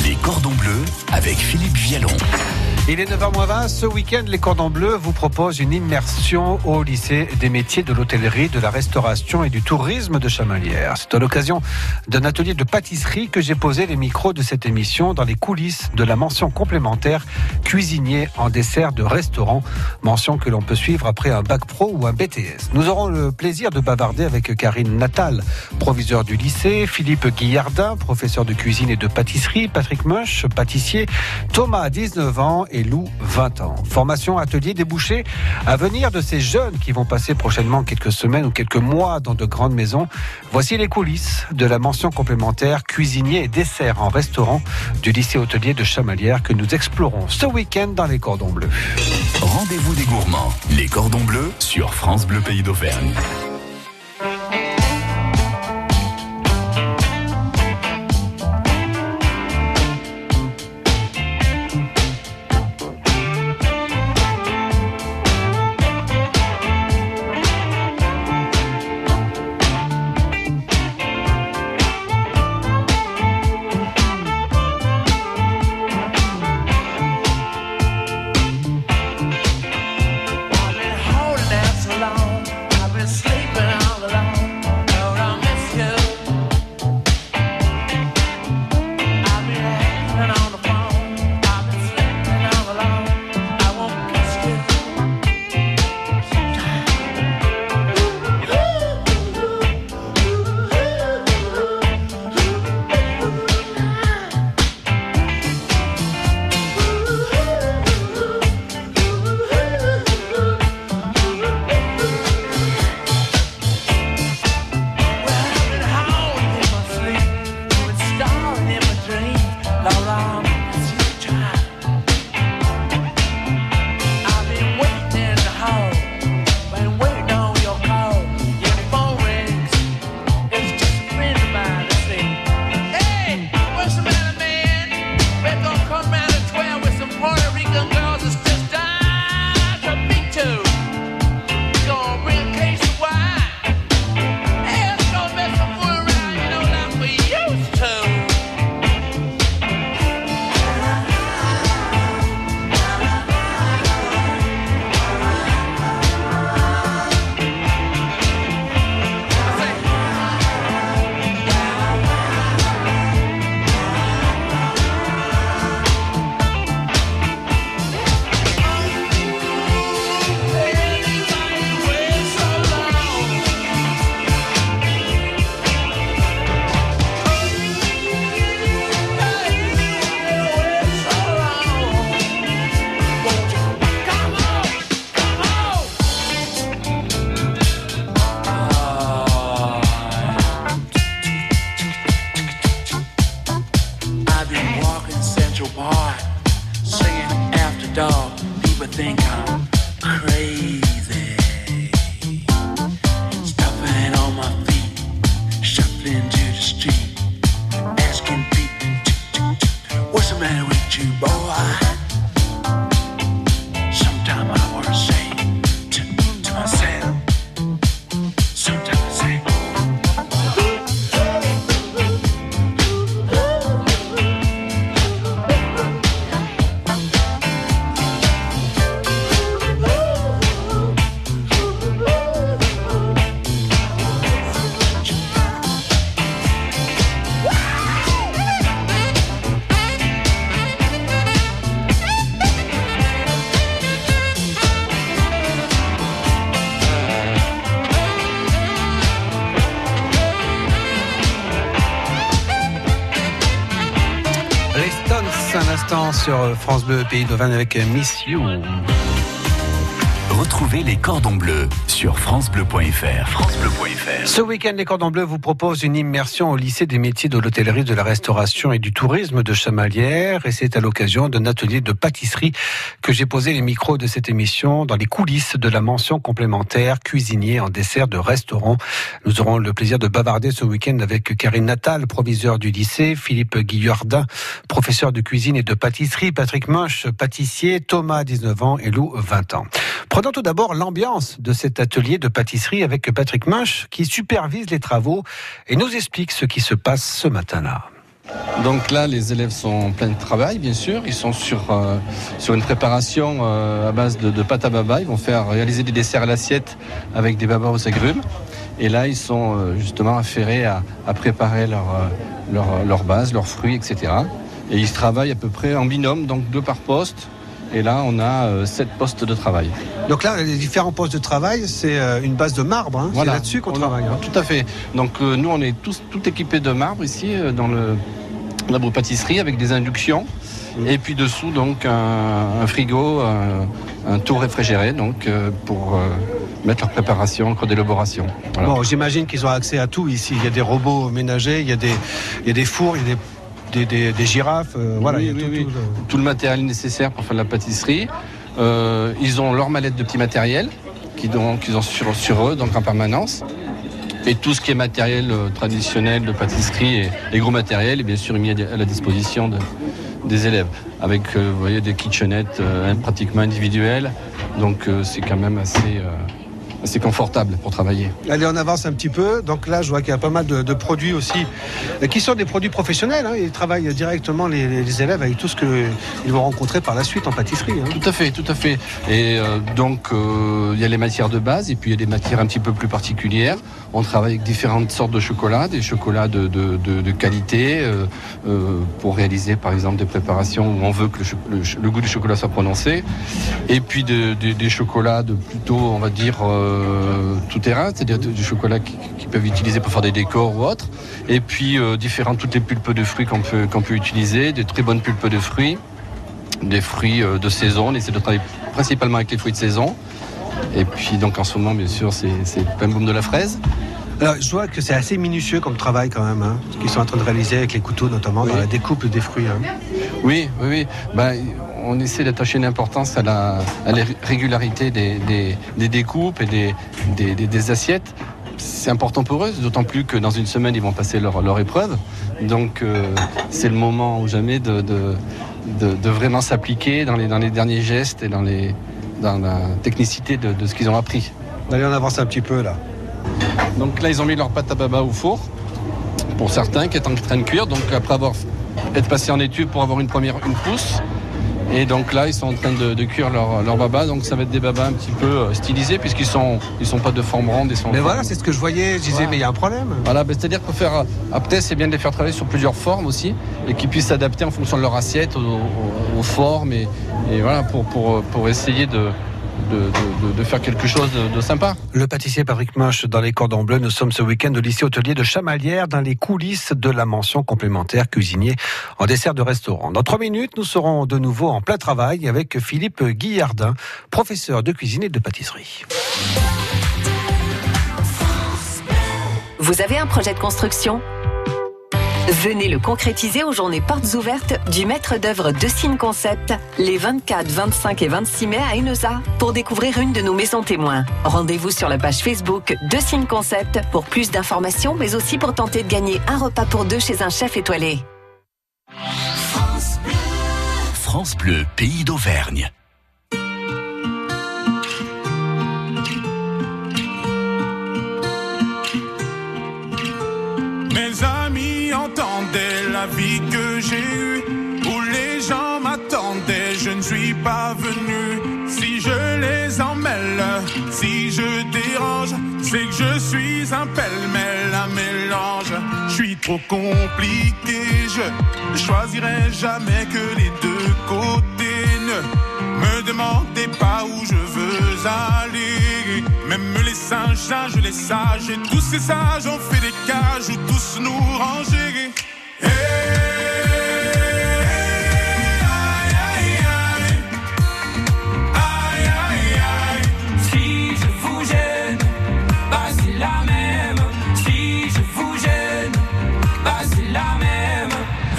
Les Cordons Bleus avec Philippe Vialon. Il est 9h20. Ce week-end, les Cordons Bleus vous proposent une immersion au lycée des métiers de l'hôtellerie, de la restauration et du tourisme de Chamalières. C'est à l'occasion d'un atelier de pâtisserie que j'ai posé les micros de cette émission dans les coulisses de la mention complémentaire cuisinier en dessert de restaurant. Mention que l'on peut suivre après un bac pro ou un BTS. Nous aurons le plaisir de bavarder avec Karine Natal, proviseur du lycée, Philippe Guillardin, professeur de cuisine et de pâtisserie, Patrick Munch, pâtissier, Thomas, 19 ans, et Lou, 20 ans. Formation, atelier, débouché à venir de ces jeunes qui vont passer prochainement quelques semaines ou quelques mois dans de grandes maisons. Voici les coulisses de la mention complémentaire cuisinier et dessert en restaurant du lycée hôtelier de Chamalières que nous explorons ce week-end dans les Cordons Bleus. Rendez-vous des gourmands, les Cordons Bleus sur France Bleu Pays d'Auvergne. Sur France Bleu Pays d'Auvergne avec Miss You. Retrouvez les Cordons Bleus sur francebleu.fr. francebleu.fr. Ce week-end, les Cordons Bleus vous proposent une immersion au lycée des métiers de l'hôtellerie, de la restauration et du tourisme de Chamalières. Et c'est à l'occasion d'un atelier de pâtisserie que j'ai posé les micros de cette émission dans les coulisses de la mention complémentaire cuisinier en dessert de restaurant. Nous aurons le plaisir de bavarder ce week-end avec Karine Natal, proviseur du lycée, Philippe Guillardin, professeur de cuisine et de pâtisserie, Patrick Munch, pâtissier, Thomas, 19 ans et Lou, 20 ans. Prenons tout d'abord l'ambiance de cet atelier de pâtisserie avec Patrick Munch qui supervise les travaux et nous explique ce qui se passe ce matin-là. Donc là, les élèves sont en plein travail, bien sûr. Ils sont sur une préparation à base de pâte à baba. Ils vont réaliser des desserts à l'assiette avec des babas aux agrumes. Et là, ils sont justement affairés à préparer leur base, leurs fruits, etc. Et ils travaillent à peu près en binôme, donc 2 par poste. Et là, on a 7 postes de travail. Donc là, les différents postes de travail, c'est une base de marbre. Hein. Voilà. C'est là-dessus qu'on travaille. Hein. Tout à fait. Donc nous, on est tout équipés de marbre ici, dans le labo-pâtisserie, avec des inductions. Et puis dessous, donc, un frigo, un tour réfrigéré, donc, pour mettre leur préparation, leur d'élaboration. Voilà. Bon, j'imagine qu'ils ont accès à tout ici. Il y a des robots ménagers, il y a des fours, il y a des girafes, voilà, il y a tout le matériel nécessaire pour faire de la pâtisserie. Ils ont leur mallette de petits matériels qu'ils ont sur eux, donc en permanence. Et tout ce qui est matériel traditionnel de pâtisserie et gros matériel est bien sûr mis à la disposition des élèves. Avec vous voyez, des kitchenettes pratiquement individuelles. Donc c'est quand même assez confortable pour travailler. Allez, on avance un petit peu. Donc là, je vois qu'il y a pas mal de produits aussi, qui sont des produits professionnels. Hein. Ils travaillent directement, les élèves, avec tout ce qu'ils vont rencontrer par la suite en pâtisserie. Hein. Tout à fait. Et donc, il y a les matières de base et puis il y a des matières un petit peu plus particulières. On travaille avec différentes sortes de chocolats, des chocolats de qualité, pour réaliser, par exemple, des préparations où on veut que le goût du chocolat soit prononcé. Et puis des chocolats plutôt, on va dire, tout terrain, c'est-à-dire du chocolat qu'ils peuvent utiliser pour faire des décors ou autres. Et puis toutes les pulpes de fruits qu'on peut utiliser, des très bonnes pulpes de fruits, des fruits de saison. On essaie de travailler principalement avec les fruits de saison. Et puis donc en ce moment, bien sûr, c'est plein boom de la fraise. Alors, je vois que c'est assez minutieux comme travail quand même, hein, ce qu'ils sont en train de réaliser avec les couteaux, notamment dans la découpe des fruits. Hein. Oui. On essaie d'attacher une importance à la régularité des découpes et des assiettes. C'est important pour eux, d'autant plus que dans une semaine, ils vont passer leur épreuve. Donc, c'est le moment ou jamais de vraiment s'appliquer dans les derniers gestes et dans la technicité de ce qu'ils ont appris. Allez, on avance un petit peu là. Donc là, ils ont mis leur pâte à baba au four, pour certains, qui est en train de cuire. Donc après être passé en étude pour avoir une pousse. Et donc là, ils sont en train de cuire leur baba. Donc ça va être des babas un petit peu stylisés, puisqu'ils sont pas de forme ronde. Mais voilà, c'est ce que je voyais. Je disais, voilà. Mais il y a un problème. Voilà, c'est-à-dire que après, c'est bien de les faire travailler sur plusieurs formes aussi, et qu'ils puissent s'adapter en fonction de leur assiette, aux formes, et voilà, pour essayer de faire quelque chose de sympa. Le pâtissier Patrick Moche dans les Cordons Bleus. Nous sommes ce week-end au lycée hôtelier de Chamalières, dans les coulisses de la mention complémentaire cuisinier en dessert de restaurant. Dans 3 minutes, nous serons de nouveau en plein travail avec Philippe Guillardin, professeur de cuisine et de pâtisserie. Vous avez un projet de construction ? Venez le concrétiser aux journées portes ouvertes du maître d'œuvre Decine Concept les 24, 25 et 26 mai à Eneza pour découvrir une de nos maisons témoins. Rendez-vous sur la page Facebook Decine Concept pour plus d'informations, mais aussi pour tenter de gagner un repas pour 2 chez un chef étoilé. France Bleu, pays d'Auvergne. Mes amis entendaient la vie que j'ai eue, où les gens m'attendaient, je ne suis pas venu. Si je les emmêle, si je dérange, c'est que je suis un pêle-mêle, un mélange. Je suis trop compliqué, je choisirai jamais que les deux côtés. Ne me demandez pas où je veux aller. Même les singes, les sages, et tous ces sages ont fait des cages où tous nous ranger. Hey, aïe, aïe, aïe. Aïe, aïe, aïe. Si je vous gêne, bah c'est la même. Si je vous gêne, bah c'est la même.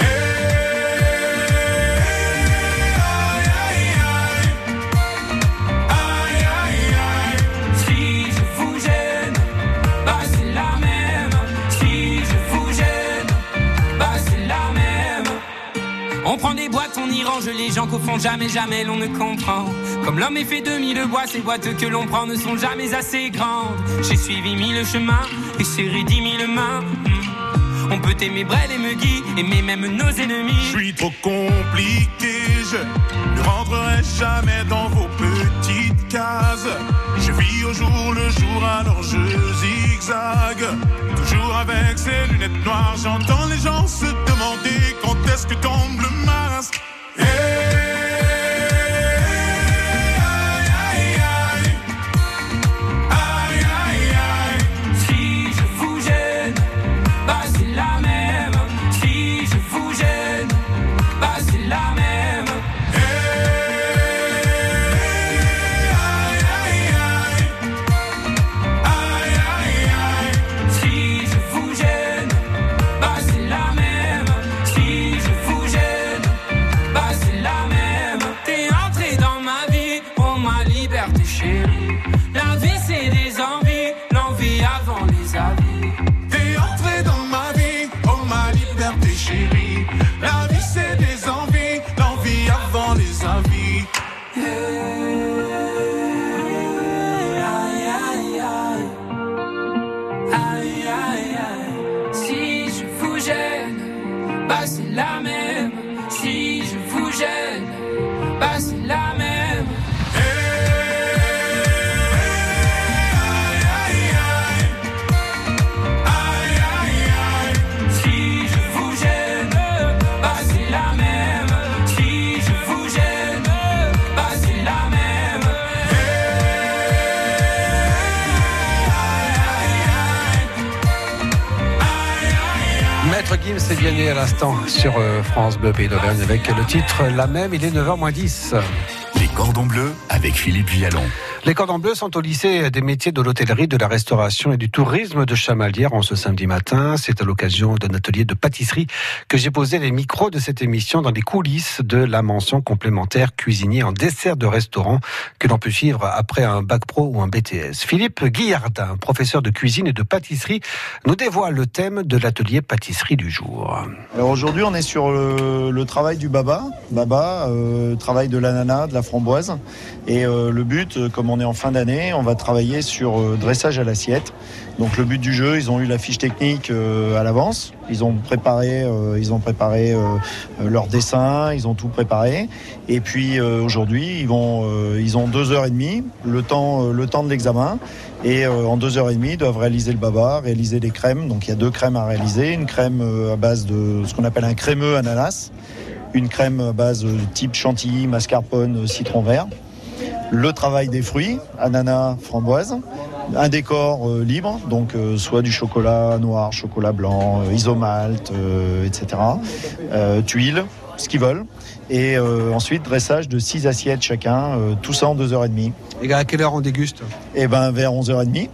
On prend des boîtes, on y range les gens qu'au fond jamais l'on ne comprend. Comme l'homme est fait de 1000 bois, ces boîtes que l'on prend ne sont jamais assez grandes. J'ai suivi 1000 chemins et serré 10 000 mains. On peut aimer Brel et Meggy, aimer même nos ennemis. Je suis trop compliqué, je ne rentrerai jamais dans vos petites cases. Je vis au jour le jour, alors je zigzague. Toujours avec ces lunettes noires, j'entends les gens se demander quand est-ce que tombe le masque. Hey, aïe, aïe, aïe. Aïe, aïe, aïe. Si je vous gêne, bah c'est la même. Si je vous gêne, bah c'est la même. La vie c'est des envies, l'envie avant les avis. T'es entré dans ma vie, oh ma liberté chérie. La vie c'est des envies, l'envie avant les avis. Aïe aïe aïe, aïe aïe aïe. Si je vous gêne, bah c'est la même. Si je vous gêne, bah c'est la même. Maître Gims est bien né à l'instant sur France Bleu Pays d'Auvergne avec le titre La Même, il est 9h-10. Les cordons bleus avec Philippe Vialon. Les cordons bleus sont au lycée des métiers de l'hôtellerie, de la restauration et du tourisme de Chamalières en ce samedi matin. C'est à l'occasion d'un atelier de pâtisserie que j'ai posé les micros de cette émission dans les coulisses de la mention complémentaire cuisinier en dessert de restaurant que l'on peut suivre après un bac pro ou un BTS. Philippe Guillardin, professeur de cuisine et de pâtisserie, nous dévoile le thème de l'atelier pâtisserie du jour. Alors aujourd'hui, on est sur le travail du baba. Travail de l'ananas, de la framboise. Et le but, comme on est en fin d'année, on va travailler sur dressage à l'assiette. Donc le but du jeu, ils ont eu la fiche technique à l'avance. Ils ont préparé leur dessin, ils ont tout préparé. Et puis aujourd'hui, ils ont 2h30, le temps de l'examen. Et en 2h30, ils doivent réaliser le baba, réaliser les crèmes. Donc il y a 2 crèmes à réaliser. Une crème à base de ce qu'on appelle un crémeux ananas. Une crème à base de type chantilly, mascarpone, citron vert. Le travail des fruits, ananas, framboise. Un décor libre, donc soit du chocolat noir, chocolat blanc, isomalt, etc. Tuiles, ce qu'ils veulent. Et ensuite, dressage de 6 assiettes chacun, tout ça en 2h30. Et à quelle heure on déguste ? Eh ben, vers 11h30,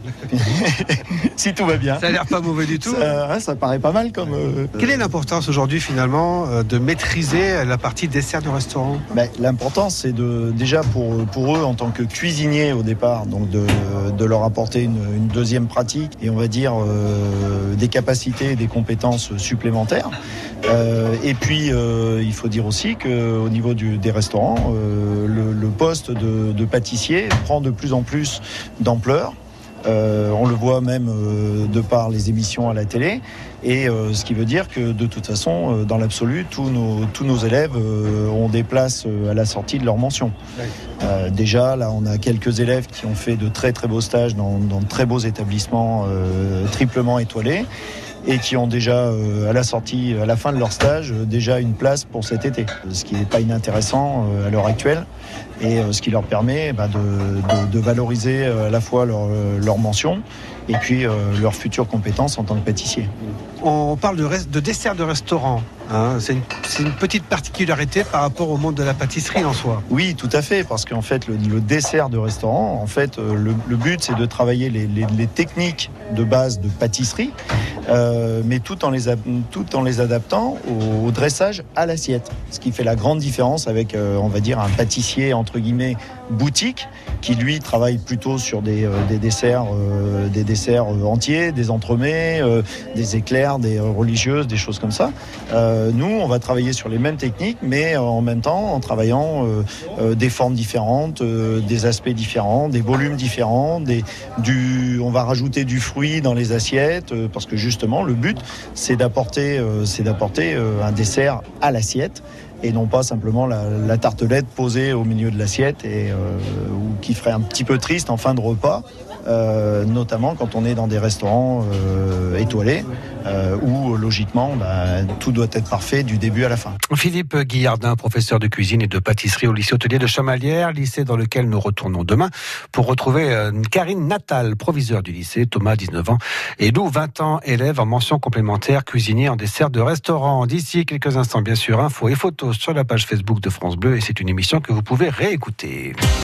si tout va bien. Ça a l'air pas mauvais du tout. Ça paraît pas mal comme... Quelle est l'importance aujourd'hui, finalement, de maîtriser la partie dessert du restaurant ? L'importance, c'est déjà pour eux, en tant que cuisiniers au départ, donc de leur apporter une deuxième pratique et on va dire des capacités et des compétences supplémentaires. Et puis, il faut dire aussi qu'au niveau des restaurants, le poste de pâtissier prend de plus en plus d'ampleur. On le voit même de par les émissions à la télé. Et ce qui veut dire que de toute façon, dans l'absolu, tous nos élèves ont des places à la sortie de leur mention. Déjà, là, on a quelques élèves qui ont fait de très très beaux stages dans de très beaux établissements triplement étoilés. Et qui ont déjà, à la fin de leur stage, déjà une place pour cet été. Ce qui n'est pas inintéressant à l'heure actuelle et ce qui leur permet de valoriser à la fois leur mention et puis leurs futures compétences en tant que pâtissier. On parle de dessert de restaurant. Hein. C'est une petite particularité par rapport au monde de la pâtisserie en soi. Oui, tout à fait, parce qu'en fait, le dessert de restaurant, en fait, le but, c'est de travailler les techniques de base de pâtisserie, mais tout en les adaptant au dressage à l'assiette. Ce qui fait la grande différence avec, on va dire, un pâtissier, entre guillemets, boutique, qui lui travaille plutôt sur des desserts entiers, des entremets, des éclairs, des religieuses, des choses comme ça. Nous, on va travailler sur les mêmes techniques, mais en même temps en travaillant des formes différentes, des aspects différents, des volumes différents, on va rajouter du fruit dans les assiettes, parce que justement le but c'est d'apporter un dessert à l'assiette et non pas simplement la tartelette posée au milieu de l'assiette ou qui ferait un petit peu triste en fin de repas. Notamment quand on est dans des restaurants étoilés où logiquement tout doit être parfait du début à la fin. Philippe Guillardin, professeur de cuisine et de pâtisserie au lycée hôtelier de Chamalières, lycée dans lequel nous retournons demain pour retrouver Karine Natal, proviseur du lycée, Thomas 19 ans et Lou 20 ans, élève en mention complémentaire cuisinier en dessert de restaurant. D'ici quelques instants bien sûr, infos et photos sur la page Facebook de France Bleu et c'est une émission que vous pouvez réécouter.